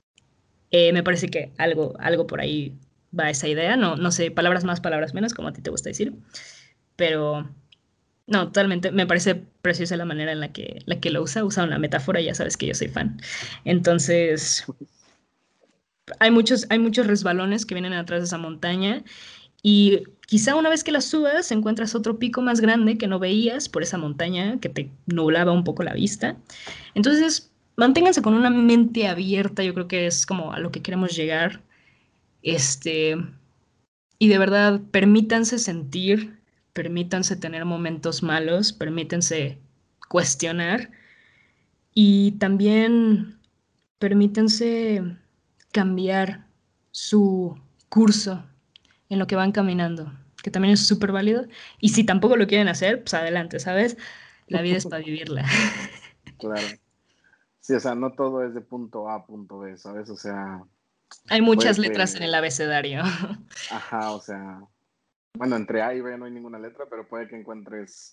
Me parece que algo por ahí va esa idea, no, no sé, palabras más, palabras menos, como a ti te gusta decir, pero no, totalmente, me parece preciosa la manera en la que lo usa una metáfora, ya sabes que yo soy fan. Entonces, hay muchos resbalones que vienen atrás de esa montaña y quizá una vez que la subas encuentras otro pico más grande que no veías por esa montaña que te nublaba un poco la vista. Entonces, manténganse con una mente abierta, yo creo que es como a lo que queremos llegar. Este, y de verdad, permítanse sentir, permítanse tener momentos malos, permítanse cuestionar y también permítanse cambiar su curso en lo que van caminando, que también es súper válido. Y si tampoco lo quieren hacer, pues adelante, ¿sabes? La vida es para vivirla. Claro. Sí, o sea, no todo es de punto A a punto B, ¿sabes? O sea, Hay muchas puede letras en que, el abecedario. ajá, o sea, bueno, entre A y B no hay ninguna letra, pero puede que encuentres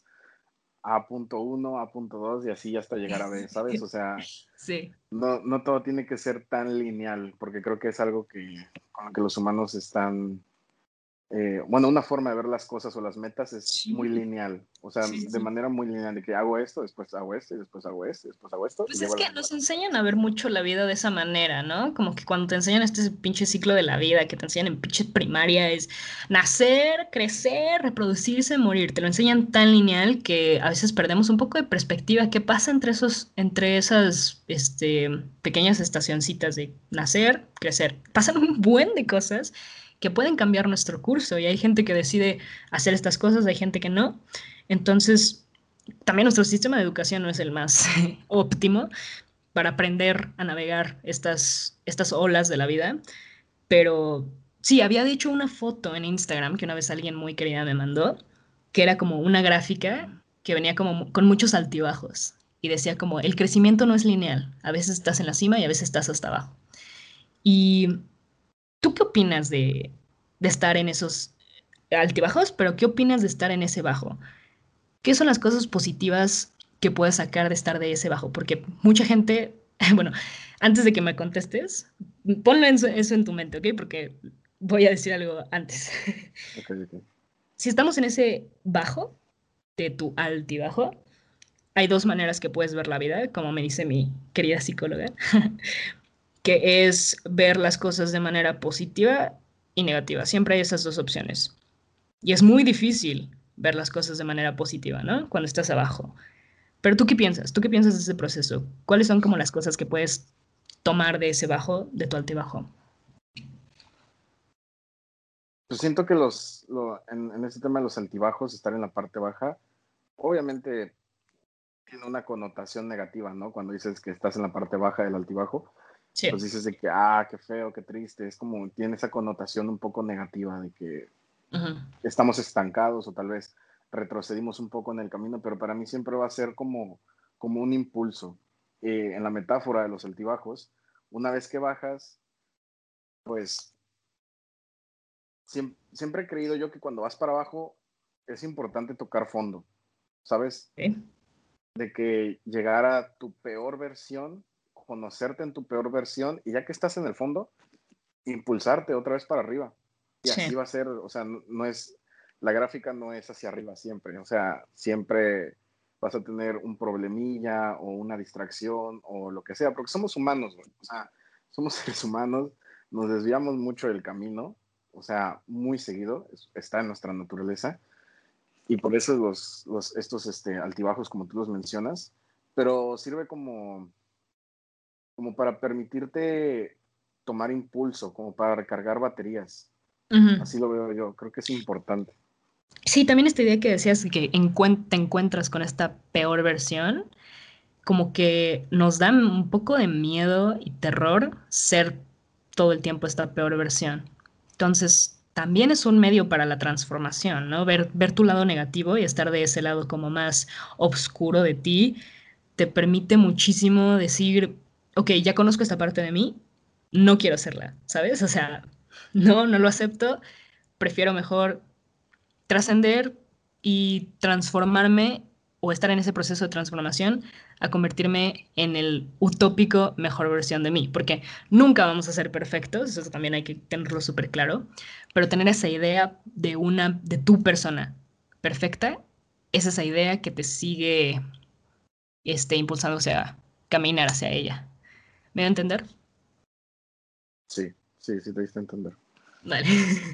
A.1, A.2 y así hasta llegar a B, ¿sabes? O sea, Sí. no todo tiene que ser tan lineal, porque creo que es algo con lo que los humanos están, bueno, una forma de ver las cosas o las metas es muy Sí, lineal, o sea, sí, de sí. manera muy lineal, de que hago esto, después hago esto, y después hago esto, y después hago esto, y Pues llego es a la que meta. nos enseñan a ver mucho la vida de esa manera, ¿no? Como que cuando te enseñan este pinche ciclo de la vida que te enseñan en pinche primaria es nacer, crecer, reproducirse, morir. Te lo enseñan tan lineal que a veces perdemos un poco de perspectiva. ¿Qué pasa entre esas, pequeñas estacioncitas de nacer, crecer? Pasan un buen de cosas que pueden cambiar nuestro curso y hay gente que decide hacer estas cosas, hay gente que no. Entonces, también nuestro sistema de educación no es el más óptimo para aprender a navegar estas olas de la vida, pero sí, había dicho una foto en Instagram que una vez alguien muy querida me mandó, que era como una gráfica que venía como con muchos altibajos y decía como el crecimiento no es lineal, a veces estás en la cima y a veces estás hasta abajo. ¿Y tú qué opinas de estar en esos altibajos, pero qué opinas de estar en ese bajo? ¿Qué son las cosas positivas que puedes sacar de estar de ese bajo? Porque mucha gente, bueno, antes de que me contestes, ponlo eso en tu mente, ¿ok? Porque voy a decir algo antes. Ok, ok. Si estamos en ese bajo, de tu altibajo, hay dos maneras que puedes ver la vida, como me dice mi querida psicóloga, que es ver las cosas de manera positiva y negativa. Siempre hay esas dos opciones. Y es muy difícil ver las cosas de manera positiva, ¿no? Cuando estás abajo. Pero ¿tú qué piensas? ¿Tú qué piensas de ese proceso? ¿Cuáles son como las cosas que puedes tomar de ese bajo, de tu altibajo? Pues siento que en este tema de los altibajos, estar en la parte baja, obviamente tiene una connotación negativa, ¿no? Cuando dices que estás en la parte baja del altibajo, pues Sí. dices de que, qué feo, qué triste, es como, tiene esa connotación un poco negativa de que Ujú. estamos estancados o tal vez retrocedimos un poco en el camino, pero para mí siempre va a ser como un impulso. En la metáfora de los altibajos, una vez que bajas, pues siempre he creído yo que cuando vas para abajo es importante tocar fondo, ¿sabes? Ok. De que llegar a tu peor versión, conocerte en tu peor versión y ya que estás en el fondo, impulsarte otra vez para arriba. Y Sí. así va a ser, o sea, no es, la gráfica no es hacia arriba siempre, o sea, siempre vas a tener un problemilla o una distracción o lo que sea, porque somos humanos, güey. O sea, somos seres humanos, nos desviamos mucho del camino, o sea, muy seguido, está en nuestra naturaleza, y por eso estos altibajos, como tú los mencionas, pero sirve como para permitirte, tomar impulso, como para recargar baterías. Ujú. Así lo veo yo, creo que es importante. Sí, también esta idea que decías de que te encuentras con esta peor versión, como que nos da un poco de miedo y terror ser todo el tiempo esta peor versión. Entonces, también es un medio para la transformación, ¿no? Ver tu lado negativo y estar de ese lado como más oscuro de ti te permite muchísimo decir, ok, ya conozco esta parte de mí, no quiero hacerla, ¿sabes? O sea, no lo acepto, prefiero mejor trascender y transformarme o estar en ese proceso de transformación a convertirme en el utópico mejor versión de mí, porque nunca vamos a ser perfectos, eso también hay que tenerlo súper claro, pero tener esa idea de tu persona perfecta es esa idea que te sigue impulsando a caminar hacia ella. ¿Me voy a entender? Sí, sí, sí te diste a entender. Vale.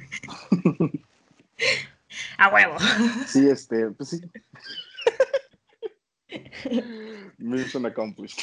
A huevo. Sí, pues sí. Mission accomplished.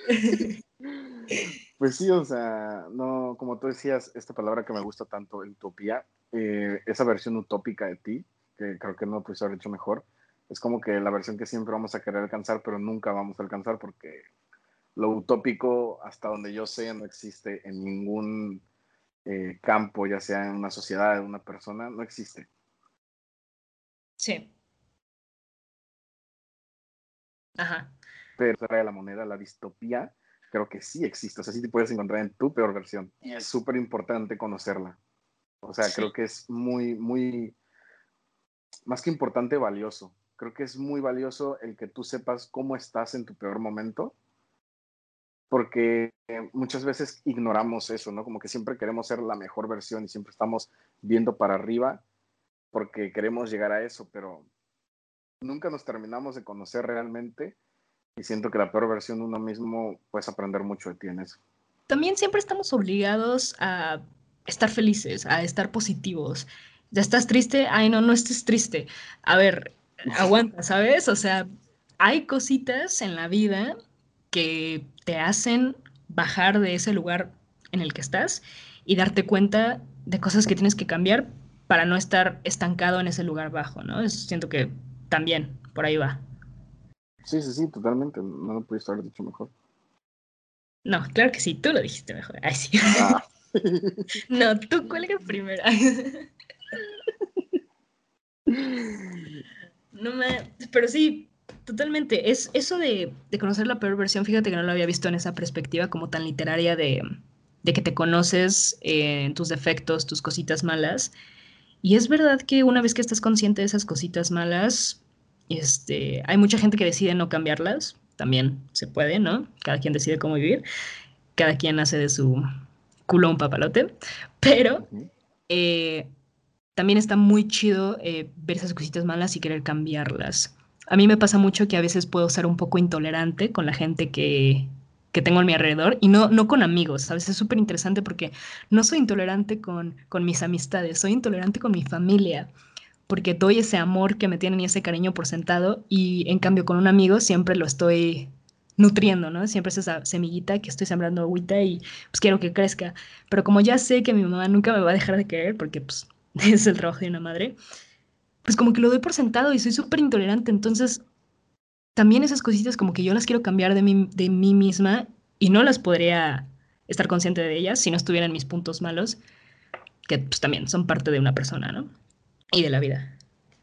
Pues sí, o sea, no, como tú decías, esta palabra que me gusta tanto, utopía, esa versión utópica de ti, que creo que no lo pudiste haber hecho mejor, es como que la versión que siempre vamos a querer alcanzar, pero nunca vamos a alcanzar porque lo utópico, hasta donde yo sé, no existe en ningún campo, ya sea en una sociedad, en una persona, no existe. Sí. Ajá. Pero de la moneda, la distopía, creo que sí existe. O sea, sí te puedes encontrar en tu peor versión. Y es súper importante conocerla. O sea, creo Sí. que es muy, muy, más que importante, valioso. Creo que es muy valioso el que tú sepas cómo estás en tu peor momento, porque muchas veces ignoramos eso, ¿no? Como que siempre queremos ser la mejor versión y siempre estamos viendo para arriba porque queremos llegar a eso, pero nunca nos terminamos de conocer realmente y siento que la peor versión de uno mismo puedes aprender mucho de ti en eso. También siempre estamos obligados a estar felices, a estar positivos. ¿Ya estás triste? Ay, no, no estés triste. A ver, aguanta, ¿sabes? O sea, hay cositas en la vida que te hacen bajar de ese lugar en el que estás y darte cuenta de cosas que tienes que cambiar para no estar estancado en ese lugar bajo, ¿no? Siento que también por ahí va. Sí, sí, sí, totalmente. No lo pudiste haber dicho mejor. No, claro que sí, tú lo dijiste mejor. Ay, sí. Ah. No, tú cuelga primero. No me. Pero sí, totalmente. Es eso de conocer la peor versión. Fíjate que no lo había visto en esa perspectiva como tan literaria de que te conoces en tus defectos, tus cositas malas. Y es verdad que una vez que estás consciente de esas cositas malas, hay mucha gente que decide no cambiarlas. También se puede, ¿no? Cada quien decide cómo vivir. Cada quien hace de su culo un papalote. Pero Ujú. eh, también está muy chido ver esas cositas malas y querer cambiarlas. A mí me pasa mucho que a veces puedo ser un poco intolerante con la gente que tengo a mi alrededor y no con amigos. A veces es súper interesante porque no soy intolerante con mis amistades, soy intolerante con mi familia porque doy ese amor que me tienen y ese cariño por sentado y en cambio con un amigo siempre lo estoy nutriendo, ¿no? Siempre es esa semillita que estoy sembrando agüita y pues quiero que crezca. Pero como ya sé que mi mamá nunca me va a dejar de querer porque pues es el trabajo de una madre, pues como que lo doy por sentado y soy súper intolerante. Entonces también esas cositas como que yo las quiero cambiar de mí misma y no las podría estar consciente de ellas si no estuvieran mis puntos malos, que pues también son parte de una persona, ¿no? Y de la vida.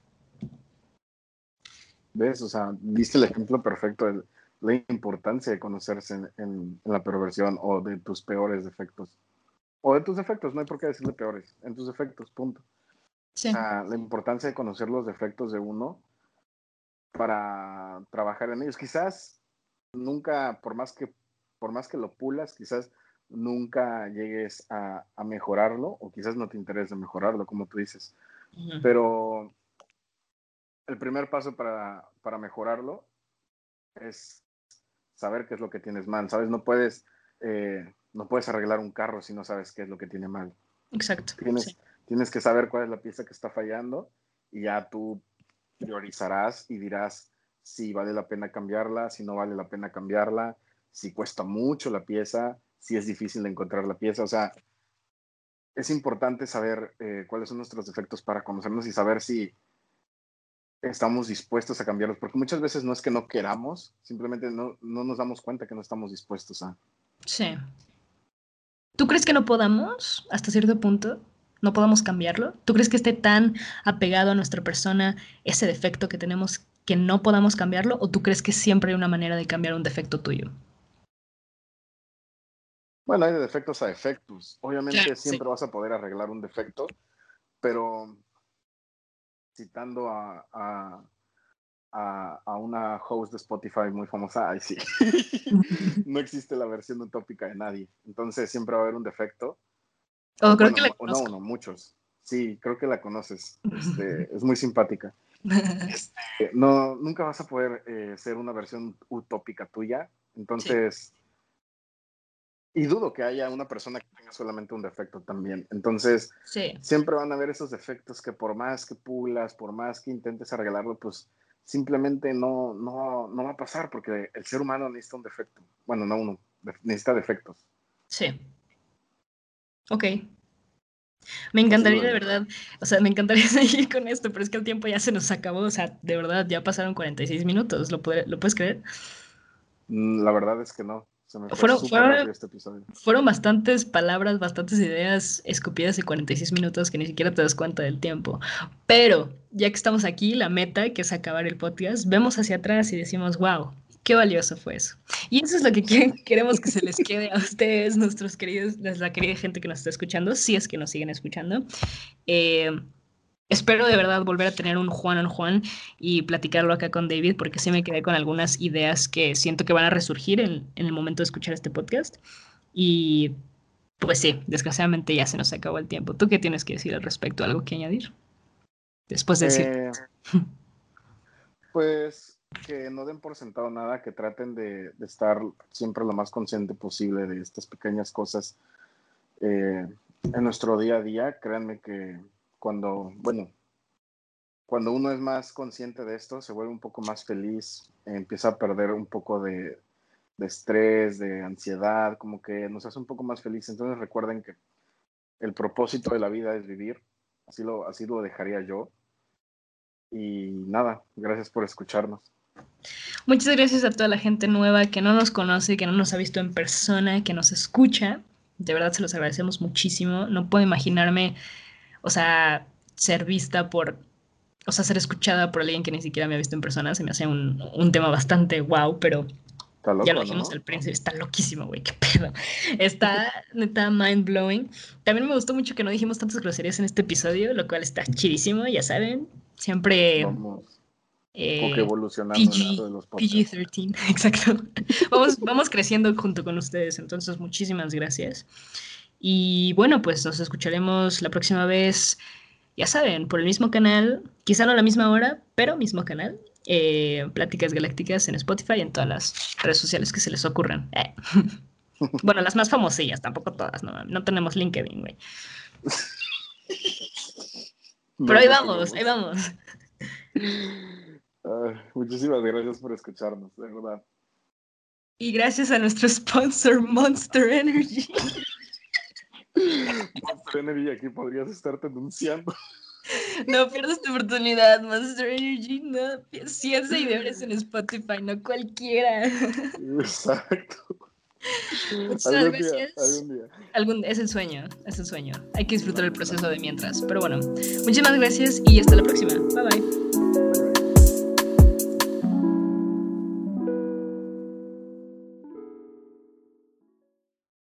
¿Ves? O sea, diste el ejemplo perfecto de la importancia de conocerse en la perversión o de tus peores defectos. O de tus defectos, no hay por qué decirle peores, en tus defectos, punto. O Sí. sea, la importancia de conocer los defectos de uno para trabajar en ellos. Quizás nunca, por más que lo pulas, quizás nunca llegues a mejorarlo o quizás no te interese mejorarlo, como tú dices. Ujú. Pero el primer paso para mejorarlo es saber qué es lo que tienes mal, ¿sabes? No puedes arreglar un carro si no sabes qué es lo que tiene mal. Exacto. Sí. Tienes, tienes que saber cuál es la pieza que está fallando y ya tú priorizarás y dirás si vale la pena cambiarla, si no vale la pena cambiarla, si cuesta mucho la pieza, sí es difícil encontrar la pieza. O sea, es importante saber cuáles son nuestros defectos para conocernos y saber si estamos dispuestos a cambiarlos, porque muchas veces no es que no queramos, simplemente no nos damos cuenta que no estamos dispuestos a. Sí. ¿Tú crees que no podamos, hasta cierto punto, no podamos cambiarlo? ¿Tú crees que esté tan apegado a nuestra persona ese defecto que tenemos que no podamos cambiarlo? ¿O tú crees que siempre hay una manera de cambiar un defecto tuyo? Bueno, hay de defectos a defectos. Claro, Obviamente sí. siempre vas a poder arreglar un defecto, pero citando a una host de Spotify muy famosa, ay sí, no existe la versión utópica de nadie. Entonces siempre va a haber un defecto. O Oh, creo bueno, que la no conozco. uno, muchos. Sí, creo que la conoces. Es muy simpática. No, nunca vas a poder ser una versión utópica tuya. Sí, Entonces, y dudo que haya una persona que tenga solamente un defecto también. Entonces, sí, siempre van a haber esos defectos que por más que pulas, por más que intentes arreglarlo, pues simplemente no va a pasar porque el ser humano necesita un defecto. Bueno, no uno, necesita defectos. sí. Ok. Me Así lo encantaría de veo. verdad, o sea, me encantaría seguir con esto, pero es que el tiempo ya se nos acabó, o sea, de verdad, ya pasaron 46 minutos, ¿lo puedes creer? La verdad es que no. Se me fue Fueron, súper fueron, rápido este episodio. fueron bastantes palabras, bastantes ideas escupidas en 46 minutos que ni siquiera te das cuenta del tiempo. Pero ya que estamos aquí, la meta, que es acabar el podcast, vemos hacia atrás y decimos, wow, qué valioso fue eso. Y eso es lo que queremos que se les quede a ustedes, nuestros queridos, la querida gente que nos está escuchando, si es que nos siguen escuchando. Eh, Espero de verdad volver a tener un Juan on Juan y platicarlo acá con David, porque sí me quedé con algunas ideas que siento que van a resurgir en el momento de escuchar este podcast. Y pues sí, desgraciadamente ya se nos acabó el tiempo. ¿Tú qué tienes que decir al respecto? ¿Algo que añadir? Después de decir. Eh, pues que no den por sentado nada, que traten de estar siempre lo más consciente posible de estas pequeñas cosas en nuestro día a día. Créanme que bueno, cuando uno es más consciente de esto, se vuelve un poco más feliz, empieza a perder un poco de estrés, de ansiedad, como que nos hace un poco más feliz. Entonces recuerden que el propósito de la vida es vivir, así lo dejaría yo. Y nada, gracias por escucharnos. Muchas gracias a toda la gente nueva que no nos conoce, que no nos ha visto en persona, que nos escucha. De verdad se los agradecemos muchísimo. No puedo imaginarme, o sea, ser vista por, o sea, ser escuchada por alguien que ni siquiera me ha visto en persona. Se me hace un tema bastante wow, pero Está ya lo loco, dijimos ¿no? al principio, está loquísimo, güey, qué pedo. Está neta mind blowing. También me gustó mucho que no dijimos tantas groserías en este episodio, lo cual está chidísimo, ya saben. Siempre Vamos como que eh, evolucionando en esto de PG, los podcasts. PG-13, exacto. Vamos creciendo junto con ustedes, entonces muchísimas gracias. Y bueno, pues nos escucharemos la próxima vez, ya saben, por el mismo canal, quizá no a la misma hora, pero mismo canal. Pláticas Galácticas en Spotify y en todas las redes sociales que se les ocurran. Bueno, las más famosillas, tampoco todas, no, no tenemos LinkedIn, güey. Pero No, ahí no vamos, ahí tenemos. vamos. Muchísimas gracias por escucharnos, de verdad. Y gracias a nuestro sponsor Monster Energy. Monster Energy, aquí podrías estarte anunciando. No pierdas tu oportunidad, Monster Energy. No, 100 seguidores en Spotify, no cualquiera. Exacto. Muchísimas Algún día, gracias. algún día. Es el sueño, es el sueño. Hay que disfrutar el proceso de mientras. Pero bueno, muchísimas gracias y hasta la próxima. Bye bye.